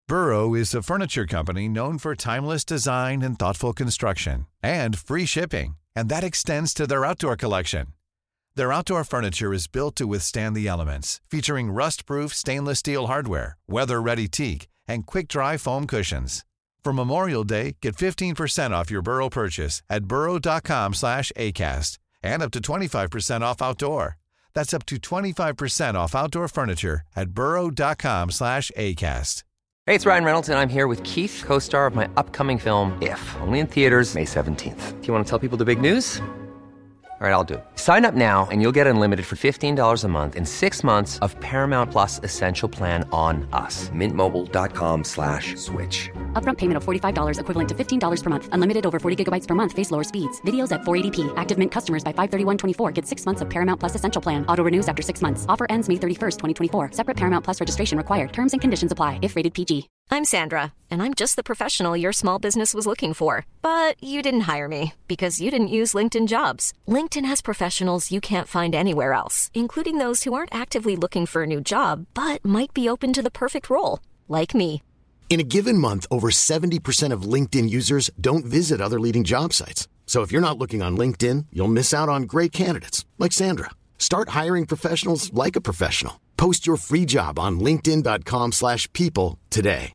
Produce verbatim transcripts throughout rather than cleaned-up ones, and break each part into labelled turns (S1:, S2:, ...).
S1: Burrow is a furniture company known for timeless design and thoughtful construction, and free shipping, and that extends to their outdoor collection. Their outdoor furniture is built to withstand the elements, featuring rust-proof stainless steel hardware, weather-ready teak, and quick-dry foam cushions. For Memorial Day, get fifteen percent off your Burrow purchase at burrow.com slash ACAST and up to twenty-five percent off outdoor. That's up to twenty-five percent off outdoor furniture at burrow.com slash ACAST.
S2: Hey, it's Ryan Reynolds, and I'm here with Keith, co-star of my upcoming film, If, only in theaters May seventeenth. Do you want to tell people the big news? All right, I'll do it. Sign up now and you'll get unlimited for fifteen dollars a month and six months of Paramount Plus Essential Plan on us. Mintmobile.com slash switch.
S3: Upfront payment of forty-five dollars equivalent to fifteen dollars per month. Unlimited over forty gigabytes per month. Face lower speeds. Videos at four eighty p. Active Mint customers by five thirty-one twenty-four get six months of Paramount Plus Essential Plan. Auto renews after six months. Offer ends May thirty-first, twenty twenty-four. Separate Paramount Plus registration required. Terms and conditions apply if rated P G.
S4: I'm Sandra, and I'm just the professional your small business was looking for. But you didn't hire me because you didn't use LinkedIn Jobs. LinkedIn has professionals you can't find anywhere else, including those who aren't actively looking for a new job, but might be open to the perfect role, like me.
S5: In a given month, over seventy percent of LinkedIn users don't visit other leading job sites. So if you're not looking on LinkedIn, you'll miss out on great candidates like Sandra. Start hiring professionals like a professional. Post your free job on linkedin.com slash people today.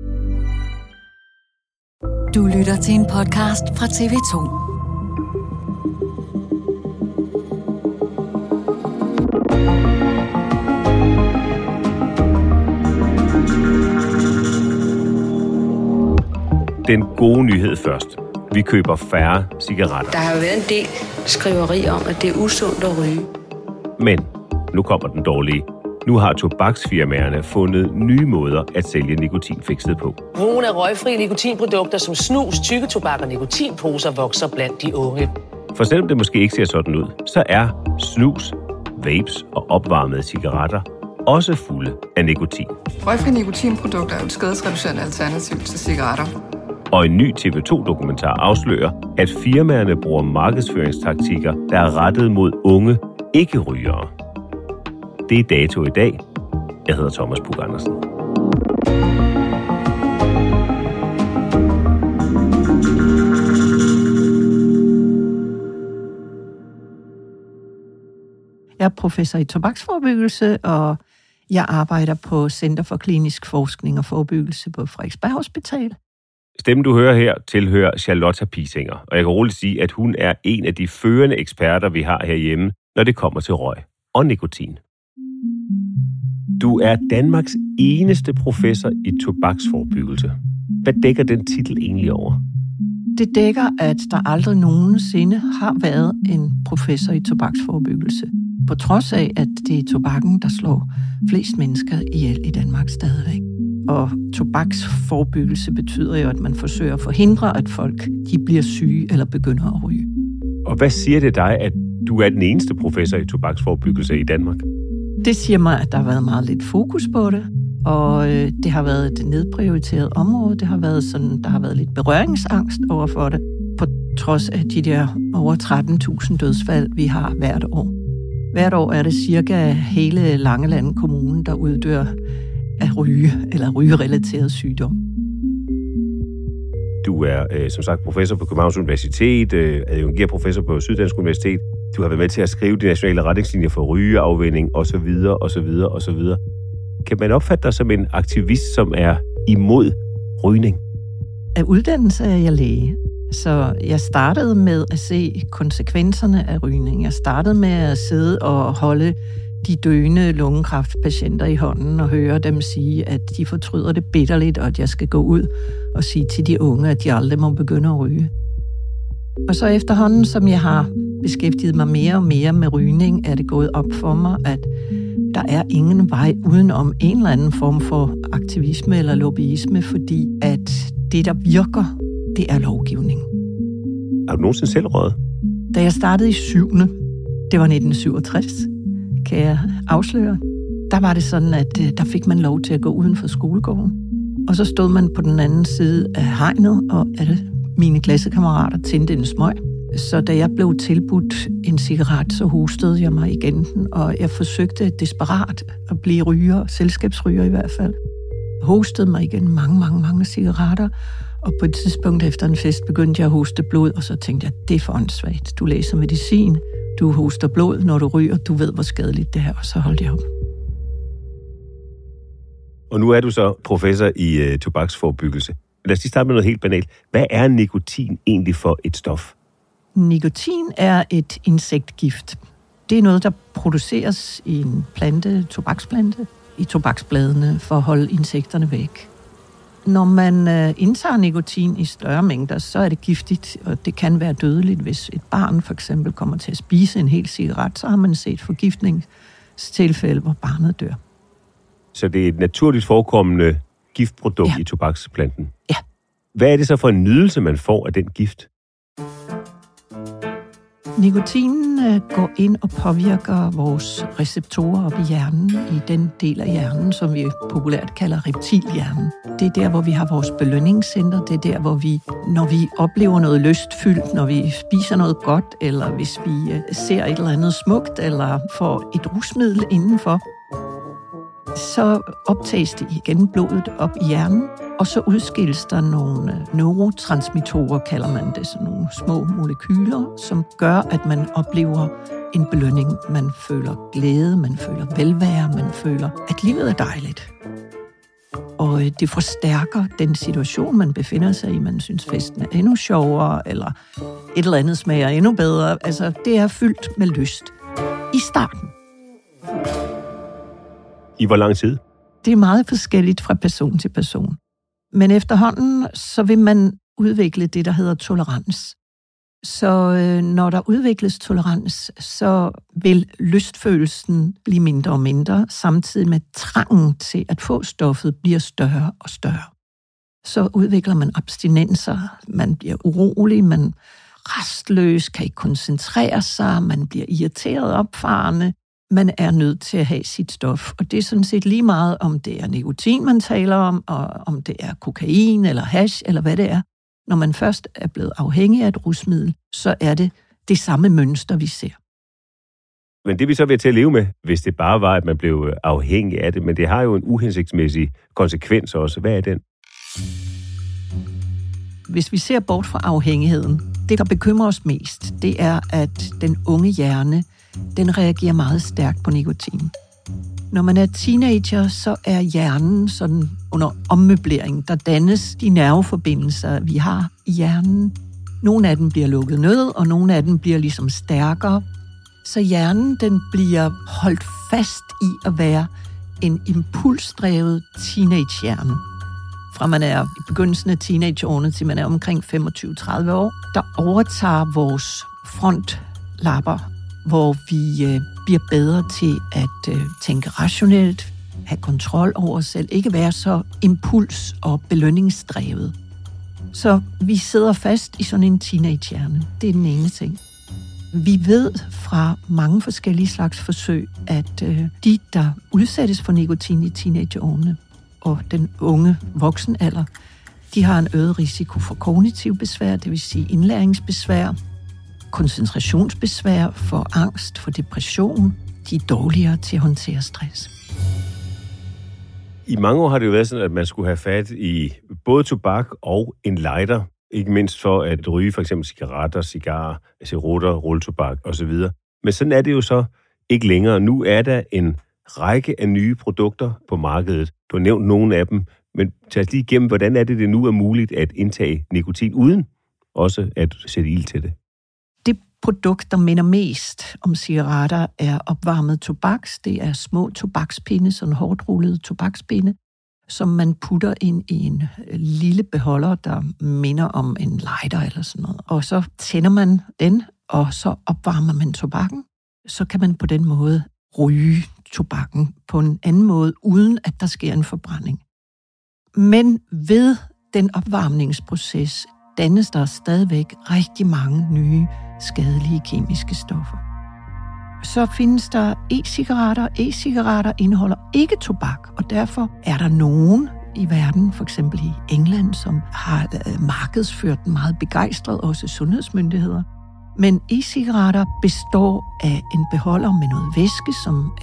S6: Du lytter til en podcast fra T V to.
S7: Den gode nyhed først. Vi køber færre cigaretter.
S8: Der har jo været en del skriveri om, at det er usundt at ryge.
S7: Men nu kommer den dårlige. Nu har tobaksfirmaerne fundet nye måder at sælge nikotinfikset på.
S9: Brugen af røgfri nikotinprodukter som snus, tykketobak og nikotinposer vokser blandt de unge.
S7: For selvom det måske ikke ser sådan ud, så er snus, vapes og opvarmede cigaretter også fulde af nikotin.
S10: Røgfri nikotinprodukter er et skadesreducerende alternativ til cigaretter.
S7: Og en ny T V to-dokumentar afslører, at firmaerne bruger markedsføringstaktikker, der er rettet mod unge ikke-rygere. Det er dato i dag. Jeg hedder Thomas Puk Andersen.
S11: Jeg er professor i tobaksforebyggelse, og jeg arbejder på Center for Klinisk Forskning og Forebyggelse på Frederiksberg Hospital.
S7: Stemmen, du hører her, tilhører Charlotte Piesinger, og jeg kan roligt sige, at hun er en af de førende eksperter, vi har herhjemme, når det kommer til røg og nikotin. Du er Danmarks eneste professor i tobaksforebyggelse. Hvad dækker den titel egentlig over?
S11: Det dækker, at der aldrig nogensinde har været en professor i tobaksforebyggelse. På trods af, at det er tobakken, der slår flest mennesker ihjel i Danmark stadigvæk. Og tobaksforebyggelse betyder jo, at man forsøger at forhindre, at folk de bliver syge eller begynder at ryge.
S7: Og hvad siger det dig, at du er den eneste professor i tobaksforebyggelse i Danmark?
S11: Det siger mig, at der har været meget lidt fokus på det, og øh, det har været et nedprioriteret område. Det har været sådan, der har været lidt berøringsangst over for det, på trods af de der over tretten tusind dødsfald, vi har hvert år. Hvert år er det cirka hele Langeland Kommune, der uddør af ryge eller rygerelateret sygdom.
S7: Du er øh, som sagt professor på Københavns Universitet, øh, adjungeret professor på Syddansk Universitet. Du har været med til at skrive de nationale retningslinjer for rygeafvænning osv. osv. osv. Kan man opfatte dig som en aktivist, som er imod rygning?
S11: Af uddannelse er jeg læge, så jeg startede med at se konsekvenserne af rygning. Jeg startede med at sidde og holde de døende lungekræftpatienter i hånden og høre dem sige, at de fortryder det bitterligt, og at jeg skal gå ud og sige til de unge, at de aldrig må begynde at ryge. Og så efterhånden, som jeg har beskæftiget mig mere og mere med rygning, er det gået op for mig, at der er ingen vej udenom en eller anden form for aktivisme eller lobbyisme, fordi at det, der virker, det er lovgivning.
S7: Har du nogensinde selv røget?
S11: Da jeg startede i syvende, det var nitten syvogtres, kan jeg afsløre, der var det sådan, at der fik man lov til at gå uden for skolegården. Og så stod man på den anden side af hegnet, og alle mine klassekammerater tændte en smøg. Så da jeg blev tilbudt en cigaret, så hostede jeg mig igen, og jeg forsøgte desperat at blive ryger, selskabsryger i hvert fald. hostede mig igen mange, mange, mange cigaretter. Og på et tidspunkt efter en fest begyndte jeg at hoste blod, og så tænkte jeg, det er for åndssvagt. Du læser medicin, du hoster blod, når du ryger, du ved, hvor skadeligt det er, og så holdt jeg op.
S7: Og nu er du så professor i uh, tobaksforebyggelse. Lad os lige starte med noget helt banalt. Hvad er nikotin egentlig for et stof?
S11: Nikotin er et insektgift. Det er noget, der produceres i en plante, tobaksplante, i tobaksbladene for at holde insekterne væk. Når man øh, indtager nikotin i større mængder, så er det giftigt, og det kan være dødeligt. Hvis et barn for eksempel kommer til at spise en hel cigaret, så har man set forgiftningstilfælde, hvor barnet dør.
S7: Så det er et naturligt forekommende giftprodukt ja. i tobaksplanten?
S11: Ja.
S7: Hvad er det så for en nydelse, man får af den gift?
S11: Nikotinen går ind og påvirker vores receptorer op i hjernen, i den del af hjernen, som vi populært kalder reptilhjernen. Det er der, hvor vi har vores belønningscenter. Det er der, hvor vi, når vi oplever noget lystfyldt, når vi spiser noget godt, eller hvis vi ser et eller andet smukt, eller får et rusmiddel indenfor, så optages det igen blodet op i hjernen, og så udskilles der nogle neurotransmittorer, kalder man det, sådan nogle små molekyler, som gør, at man oplever en belønning. Man føler glæde, man føler velvære, man føler, at livet er dejligt. Og det forstærker den situation, man befinder sig i. Man synes, festen er endnu sjovere, eller et eller andet smager endnu bedre. Altså, det er fyldt med lyst i starten.
S7: I hvor lang tid?
S11: Det er meget forskelligt fra person til person. Men efterhånden, så vil man udvikle det, der hedder tolerans. Så øh, når der udvikles tolerans, så vil lystfølelsen blive mindre og mindre, samtidig med trangen til at få stoffet bliver større og større. Så udvikler man abstinenser, man bliver urolig, man rastløs, kan ikke koncentrere sig, man bliver irriteret opfarende. Man er nødt til at have sit stof, og det er sådan set lige meget, om det er nikotin, man taler om, og om det er kokain eller hash, eller hvad det er. Når man først er blevet afhængig af et rusmiddel, så er det det samme mønster, vi ser.
S7: Men det vi så vil til at leve med, hvis det bare var, at man blev afhængig af det, men det har jo en uhensigtsmæssig konsekvens også. Hvad er den?
S11: Hvis vi ser bort fra afhængigheden, det der bekymrer os mest, det er, at den unge hjerne, den reagerer meget stærkt på nikotin. Når man er teenager, så er hjernen sådan under ommøblering. Der dannes de nerveforbindelser, vi har i hjernen. Nogle af dem bliver lukket ned, og nogle af dem bliver ligesom stærkere. Så hjernen, den bliver holdt fast i at være en impulsdrevet teenagehjerne. Fra man er i begyndelsen af teenageårene til man er omkring femogtyve til tredive år, der overtager vores frontlapper, hvor vi øh, bliver bedre til at øh, tænke rationelt, have kontrol over os selv, ikke være så impuls- og belønningsdrevet. Så vi sidder fast i sådan en teenagehjerne. Det er den ene ting. Vi ved fra mange forskellige slags forsøg, at øh, de, der udsættes for nikotin i teenageårene og den unge voksenalder, de har en øget risiko for kognitiv besvær, det vil sige indlæringsbesvær, koncentrationsbesvær, for angst, for depression. De er dårligere til at håndtere stress.
S7: I mange år har det jo været sådan, at man skulle have fat i både tobak og en lighter. Ikke mindst for at ryge for eksempel cigaretter, cigarer, cerutter, rulletobak osv. Men sådan er det jo så ikke længere. Nu er der en række af nye produkter på markedet. Du har nævnt nogle af dem, men tag os lige igennem, hvordan er det, det nu er muligt at indtage nikotin uden også at sætte ild til det?
S11: Det produkt, der minder mest om cigaretter, er opvarmet tobaks. Det er små tobakspinde, sådan hårdt rullede tobakspinde, som man putter ind i en lille beholder, der minder om en lighter eller sådan noget. Og så tænder man den, og så opvarmer man tobakken. Så kan man på den måde ryge tobakken på en anden måde, uden at der sker en forbrænding. Men ved den opvarmningsproces dannes der stadigvæk rigtig mange nye skadelige kemiske stoffer. Så findes der e-cigaretter. E-cigaretter indeholder ikke tobak, og derfor er der nogen i verden, for eksempel i England, som har markedsført den meget begejstret, også sundhedsmyndigheder. Men e-cigaretter består af en beholder med noget væske, som er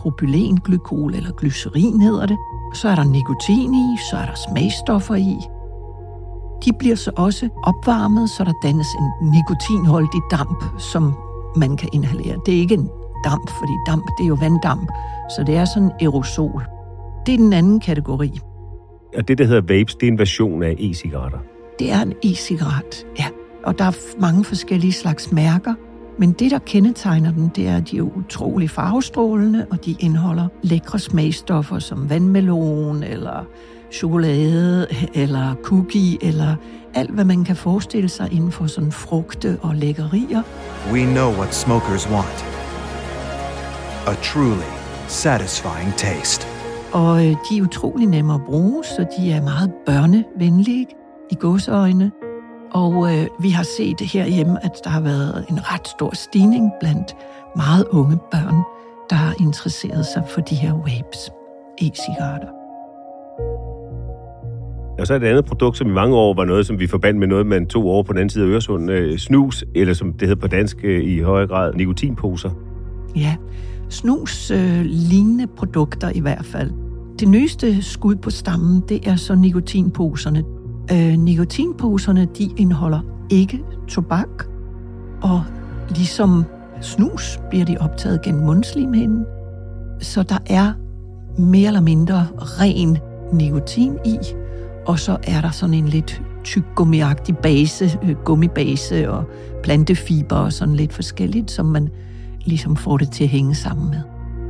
S11: propylenglykol eller glycerin hedder det. Så er der nikotin i, så er der smagstoffer i. De bliver så også opvarmet, så der dannes en nikotinholdig damp, som man kan inhalere. Det er ikke en damp, fordi damp det er jo vanddamp, så det er sådan en aerosol. Det er den anden kategori.
S7: Og det, der hedder vapes, det er en version af e-cigaretter?
S11: Det er en e-cigaret, ja. Og der er mange forskellige slags mærker. Men det, der kendetegner dem, det er, at de er utrolig farvestrålende, og de indeholder lækre smagstoffer som vandmelon, eller chokolade, eller cookie, eller alt, hvad man kan forestille sig inden for sådan frugte og lækkerier.
S12: We know what smokers want. A truly satisfying taste.
S11: Og de er utrolig nemme at bruge, så de er meget børnevenlige i gåseøjne. Og øh, vi har set herhjemme, at der har været en ret stor stigning blandt meget unge børn, der har interesseret sig for de her vapes, e-cigaretter.
S7: Og så er det andet produkt, som i mange år var noget, som vi forbandt med noget, man tog over på den anden side af Øresund, øh, snus, eller som det hedder på dansk øh, i højere grad, nikotinposer.
S11: Ja, snus øh, lignende produkter i hvert fald. Det nyeste skud på stammen, det er så nikotinposerne. Øh, nikotinposerne, de indeholder ikke tobak, og ligesom snus bliver de optaget gennem mundslimhinden, så der er mere eller mindre ren nikotin i, og så er der sådan en lidt tyk gummiagtig base, øh, gummibase og plantefiber og sådan lidt forskelligt, som man ligesom får det til at hænge sammen med.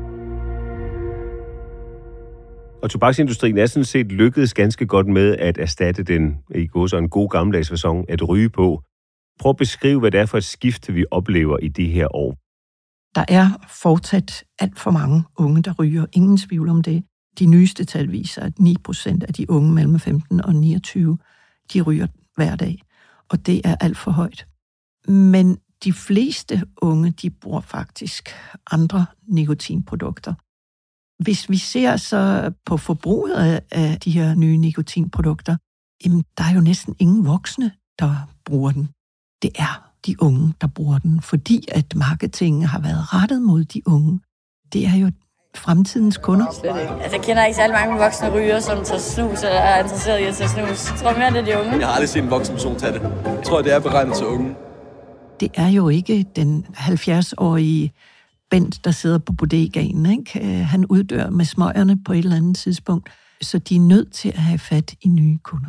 S7: Og tobaksindustrien er sådan set lykkedes ganske godt med at erstatte den, i går så en god gammeldags facon, at ryge på. Prøv at beskrive, hvad det er for et skifte, vi oplever i de her år.
S11: Der er fortsat alt for mange unge, der ryger. Ingen tvivl om det. De nyeste tal viser, at ni procent af de unge mellem femten og niogtyve, de ryger hver dag. Og det er alt for højt. Men de fleste unge, de bruger faktisk andre nikotinprodukter. Hvis vi ser så på forbruget af de her nye nikotinprodukter, jamen, der er jo næsten ingen voksne, der bruger den. Det er de unge, der bruger den, fordi at marketingen har været rettet mod de unge. Det er jo fremtidens kunder.
S13: Altså, jeg kender ikke særlig mange voksne ryger, som tager snus og er interesseret i at tage snus. Jeg tror mere, det er de unge.
S14: Jeg har aldrig set en voksen person tage det. Jeg tror, det er beregnet til unge.
S11: Det er jo ikke den halvfjerds-årige Bent, der sidder på bodegaen, ikke? Han uddør med smøgerne på et eller andet tidspunkt, så de er nødt til at have fat i nye kunder.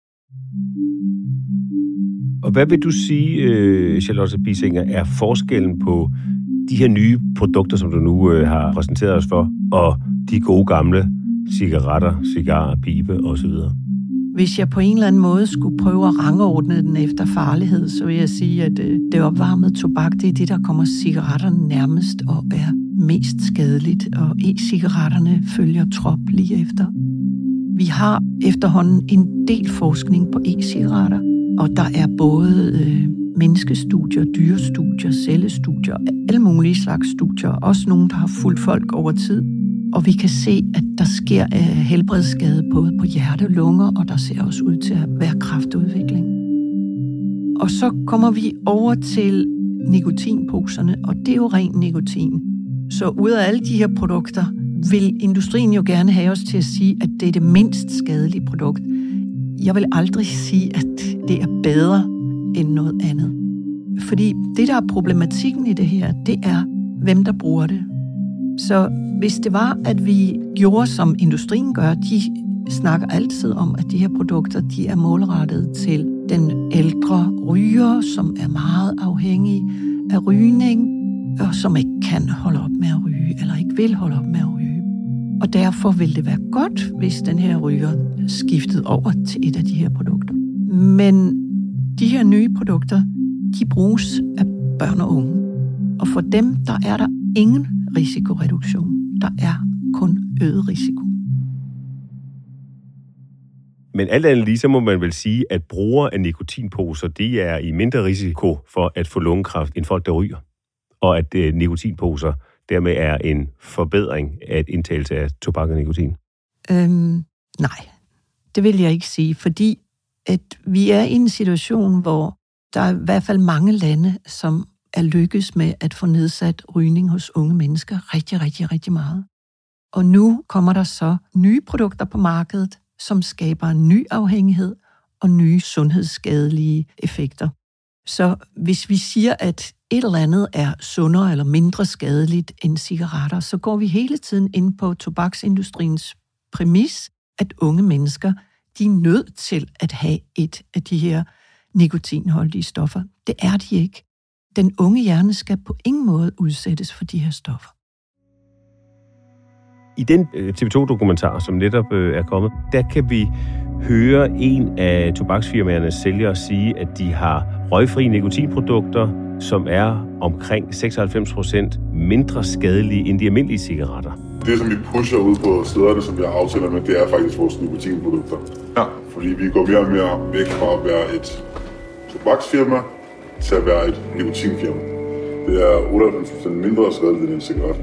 S7: Og hvad vil du sige, Charlotte Piesinger, er forskellen på de her nye produkter, som du nu har præsenteret os for, og de gode gamle cigaretter, cigarer, pibe osv.?
S11: Hvis jeg på en eller anden måde skulle prøve at rangordne den efter farlighed, så vil jeg sige, at det opvarmede tobak, det er det, der kommer cigaretterne nærmest og er mest skadeligt, og e-cigaretterne følger trop lige efter. Vi har efterhånden en del forskning på e-cigaretter, og der er både øh, menneskestudier, dyrestudier, cellestudier, alle mulige slags studier, også nogle, der har fulgt folk over tid. Og vi kan se, at der sker uh, helbredsskade både på hjerte og lunger, og der ser også ud til at være kræftudvikling. Og så kommer vi over til nikotinposerne, og det er jo ren nikotin. Så ud af alle de her produkter, vil industrien jo gerne have os til at sige, at det er det mindst skadelige produkt. Jeg vil aldrig sige, at det er bedre end noget andet. Fordi det, der er problematikken i det her, det er, hvem der bruger det. Så hvis det var, at vi gjorde, som industrien gør, de snakker altid om, at de her produkter, de er målrettet til den ældre ryger, som er meget afhængig af rygning, og som ikke kan holde op med at ryge, eller ikke vil holde op med at ryge. Og derfor vil det være godt, hvis den her ryger skiftede over til et af de her produkter. Men de her nye produkter, de bruges af børn og unge. Og for dem, der er der ingen risikoreduktion. Der er kun øget risiko.
S7: Men alt andet lige, så må man vel sige, at brugere af nikotinposer, de er i mindre risiko for at få lungekræft end folk, der ryger. Og at øh, nikotinposer dermed er en forbedring af et indtagelse af tobak og nikotin.
S11: Øhm, nej, det vil jeg ikke sige, fordi at vi er i en situation, hvor der er i hvert fald mange lande, som er lykkes med at få nedsat rygning hos unge mennesker rigtig, rigtig, rigtig meget. Og nu kommer der så nye produkter på markedet, som skaber en ny afhængighed og nye sundhedsskadelige effekter. Så hvis vi siger, at et eller andet er sundere eller mindre skadeligt end cigaretter, så går vi hele tiden ind på tobaksindustriens præmis, at unge mennesker, de er nødt til at have et af de her nikotinholdige stoffer. Det er de ikke. Den unge hjerne skal på ingen måde udsættes for de her stoffer.
S7: I den T V to-dokumentar, som netop er kommet, der kan vi høre en af tobaksfirmaernes sælgere sige, at de har røgfri nikotinprodukter, som er omkring seksoghalvfems procent mindre skadelige end de almindelige cigaretter.
S15: Det, som vi pusher ud på stederne, som vi har aftaler med, det er faktisk vores nikotinprodukter. Ja. Fordi vi går mere og mere væk fra at være et tobaksfirma til at være et nikotinfirma. Det er otteoghalvfems procent mindre skadeligt end en cigaret.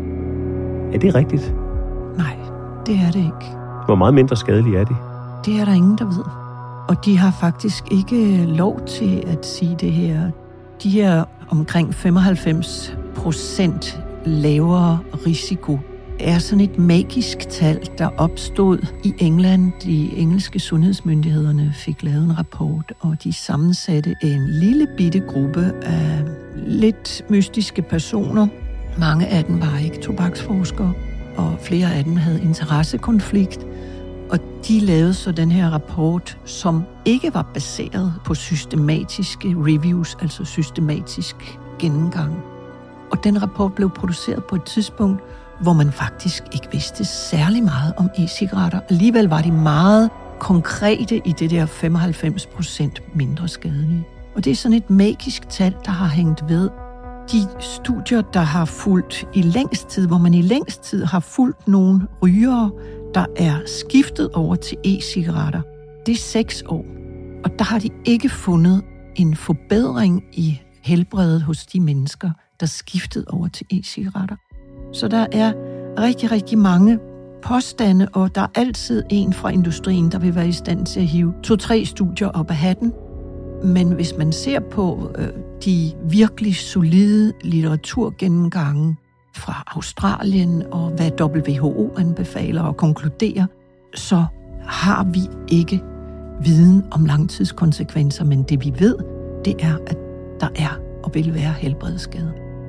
S7: Er det rigtigt?
S11: Nej, det er det ikke.
S7: Hvor meget mindre skadelige er de?
S11: Det er der ingen, der ved. Og de har faktisk ikke lov til at sige det her. De her omkring femoghalvfems procent lavere risiko er sådan et magisk tal, der opstod i England. De engelske sundhedsmyndighederne fik lavet en rapport, og de sammensatte en lille bitte gruppe af lidt mystiske personer. Mange af dem var ikke tobaksforskere, og flere af dem havde interessekonflikt. Og de lavede så den her rapport, som ikke var baseret på systematiske reviews, altså systematisk gennemgang. Og den rapport blev produceret på et tidspunkt, hvor man faktisk ikke vidste særlig meget om e-cigaretter. Alligevel var de meget konkrete i det der femoghalvfems procent mindre skadelige. Og det er sådan et magisk tal, der har hængt ved. De studier, der har fulgt i længst tid, hvor man i længst tid har fulgt nogle rygere, der er skiftet over til e-cigaretter, det er seks år. Og der har de ikke fundet en forbedring i helbredet hos de mennesker, der skiftede over til e-cigaretter. Så der er rigtig, rigtig mange påstande, og der er altid en fra industrien, der vil være i stand til at hive to-tre studier op af hatten. Men hvis man ser på øh, de virkelig solide litteraturgennemgange fra Australien og hvad W H O anbefaler og konkluderer, så har vi ikke viden om langtidskonsekvenser, men det vi ved, det er, at der er og vil være helbredsskader.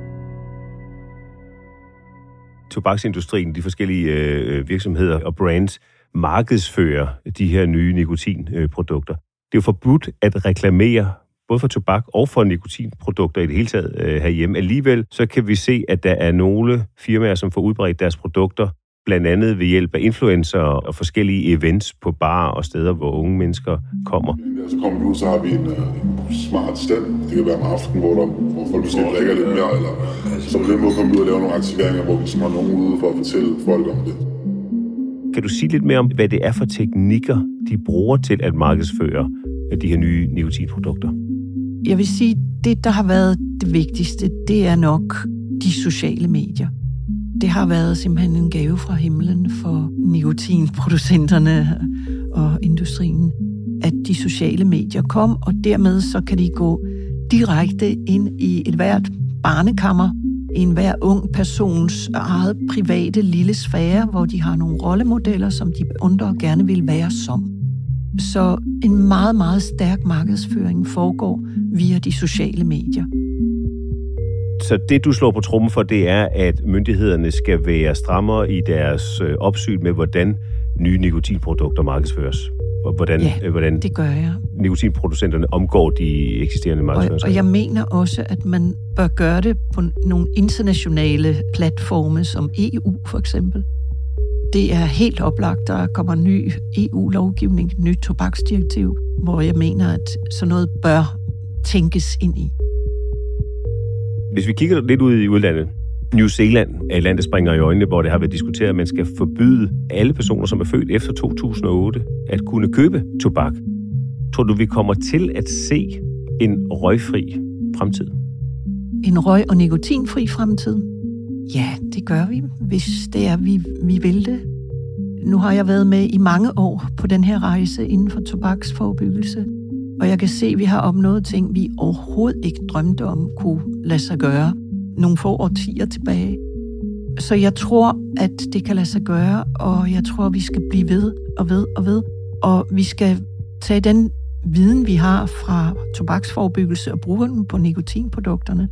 S7: Tobaksindustrien, de forskellige øh, virksomheder og brands, markedsfører de her nye nikotinprodukter. Det er jo forbudt at reklamere både for tobak og for nikotinprodukter i det hele taget øh, herhjemme. Alligevel så kan vi se, at der er nogle firmaer, som får udbredt deres produkter, blandt andet ved hjælp af influencer og forskellige events på barer og steder, hvor unge mennesker kommer.
S15: Så kommer vi ud, så har vi en, en smart stand. Det kan være om aftenen, hvor, der, hvor folk måske drikker lidt mere. Eller, så på den måde kommer vi ud og laver nogle aktiveringer, hvor vi har nogen ude for at fortælle folk om det.
S7: Kan du sige lidt mere om, hvad det er for teknikker, de bruger til at markedsføre de her nye nikotinprodukter?
S11: Jeg vil sige, det der har været det vigtigste, det er nok de sociale medier. Det har været simpelthen en gave fra himlen for nikotinproducenterne og industrien, at de sociale medier kom, og dermed så kan de gå direkte ind i et hvert barnekammer, en hver ung persons eget private lille sfære, hvor de har nogle rollemodeller, som de beundrer og gerne vil være som. Så en meget, meget stærk markedsføring foregår via de sociale medier.
S7: Så det, du slår på trommen for, det er, at myndighederne skal være strammere i deres opsyn med, hvordan nye nikotinprodukter markedsføres. Hvordan,
S11: ja,
S7: hvordan
S11: det gør jeg.
S7: Nikotinproducenterne omgår de eksisterende markedsføringer.
S11: Og, og jeg mener også, at man bør gøre det på nogle internationale platforme, som E U for eksempel. Det er helt oplagt, der kommer ny E U-lovgivning, nyt tobaksdirektiv, hvor jeg mener, at sådan noget bør tænkes ind i.
S7: Hvis vi kigger lidt ud i udlandet, New Zealand er et land, der springer i øjnene, hvor det har været diskuteret, at man skal forbyde alle personer, som er født efter to tusind og otte, at kunne købe tobak. Tror du, vi kommer til at se en røgfri fremtid?
S11: En røg- og nikotinfri fremtid? Ja, det gør vi, hvis det er, vi, vi vil det. Nu har jeg været med i mange år på den her rejse inden for tobaksforebyggelse, og jeg kan se, at vi har opnået ting, vi overhovedet ikke drømte om kunne lade sig gøre nogle få årtier tilbage. Så jeg tror, at det kan lade sig gøre, og jeg tror, vi skal blive ved og ved og ved. Og vi skal tage den viden, vi har fra tobaksforebyggelse og bruge den på nikotinprodukterne.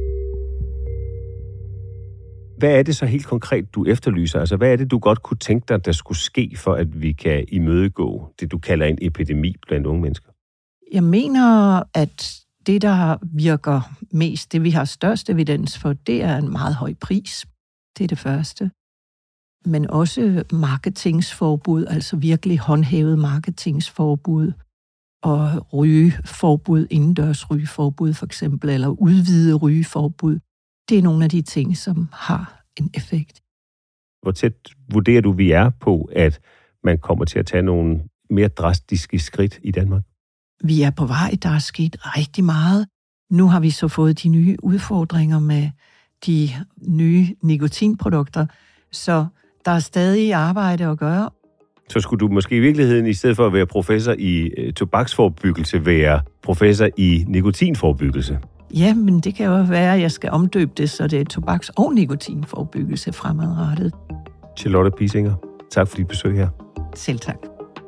S7: Hvad er det så helt konkret, du efterlyser? Altså, hvad er det, du godt kunne tænke dig, der skulle ske, for at vi kan imødegå det, du kalder en epidemi blandt unge mennesker?
S11: Jeg mener, at det, der virker mest, det vi har størst evidens for, det er en meget høj pris. Det er det første. Men også marketingsforbud, altså virkelig håndhævet marketingsforbud og rygeforbud, indendørs rygeforbud for eksempel, eller udvidet rygeforbud. Det er nogle af de ting, som har en effekt.
S7: Hvor tæt vurderer du, vi er på, at man kommer til at tage nogle mere drastiske skridt i Danmark?
S11: Vi er på vej, der er sket rigtig meget. Nu har vi så fået de nye udfordringer med de nye nikotinprodukter, så der er stadig arbejde at gøre.
S7: Så skulle du måske i virkeligheden, i stedet for at være professor i tobaksforebyggelse, være professor i nikotinforebyggelse?
S11: Ja, men det kan jo være, at jeg skal omdøbe det, så det er tobaks- og nikotinforebyggelse fremadrettet.
S7: Charlotte Piesinger, tak for dit besøg her.
S11: Selv tak.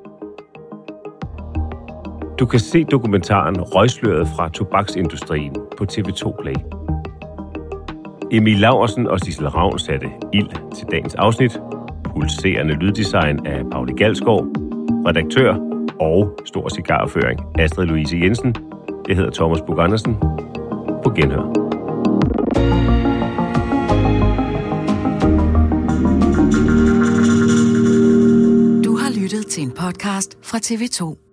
S7: Du kan se dokumentaren Røgsløret fra tobaksindustrien på T V to Play. Emil Laursen og Sissel Ravn satte ild til dagens afsnit. Pulserende lyddesign af Pauli Galskov. Redaktør og stor cigarføring Astrid Louise Jensen. Jeg hedder Thomas Bug Andersen. På genhør.
S6: Du har lyttet til en podcast fra T V to.